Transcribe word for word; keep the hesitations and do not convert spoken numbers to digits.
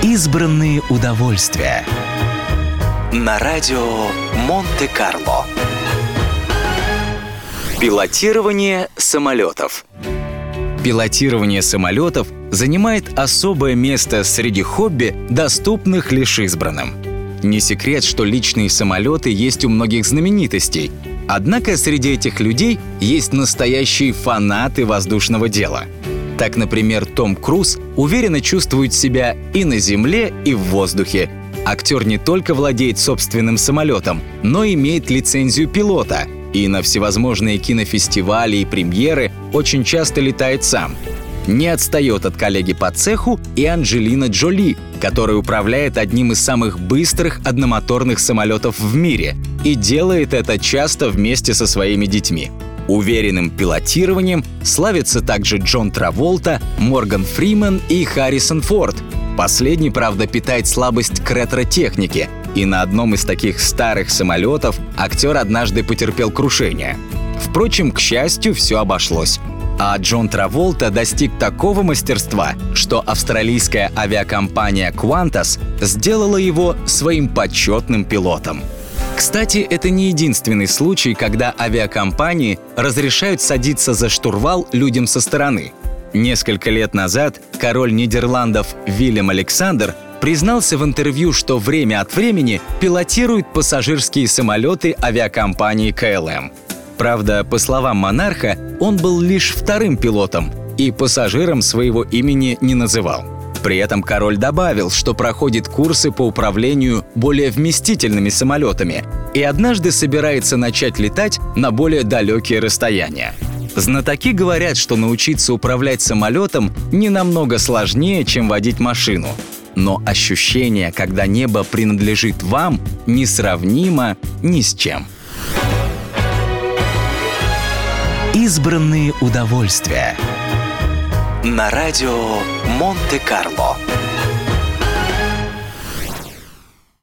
Избранные удовольствия. На радио Монте-Карло. Пилотирование самолетов. Пилотирование самолетов занимает особое место среди хобби, доступных лишь избранным. Не секрет, что личные самолеты есть у многих знаменитостей. Однако среди этих людей есть настоящие фанаты воздушного дела. Так, например, Том Круз уверенно чувствует себя и на земле, и в воздухе. Актер не только владеет собственным самолетом, но имеет лицензию пилота и на всевозможные кинофестивали и премьеры очень часто летает сам. Не отстает от коллеги по цеху и Анджелина Джоли, которая управляет одним из самых быстрых одномоторных самолетов в мире и делает это часто вместе со своими детьми. Уверенным пилотированием славятся также Джон Траволта, Морган Фриман и Харрисон Форд. Последний, правда, питает слабость к ретро-технике, и на одном из таких старых самолетов актер однажды потерпел крушение. Впрочем, к счастью, все обошлось. А Джон Траволта достиг такого мастерства, что австралийская авиакомпания Qantas сделала его своим почетным пилотом. Кстати, это не единственный случай, когда авиакомпании разрешают садиться за штурвал людям со стороны. Несколько лет назад король Нидерландов Вильям Александр признался в интервью, что время от времени пилотирует пассажирские самолеты авиакомпании ка эл эм. Правда, по словам монарха, он был лишь вторым пилотом и пассажиром своего имени не называл. При этом король добавил, что проходит курсы по управлению более вместительными самолетами и однажды собирается начать летать на более далекие расстояния. Знатоки говорят, что научиться управлять самолетом не намного сложнее, чем водить машину. Но ощущение, когда небо принадлежит вам, несравнимо ни с чем. Избранные удовольствия. На радио Монте-Карло.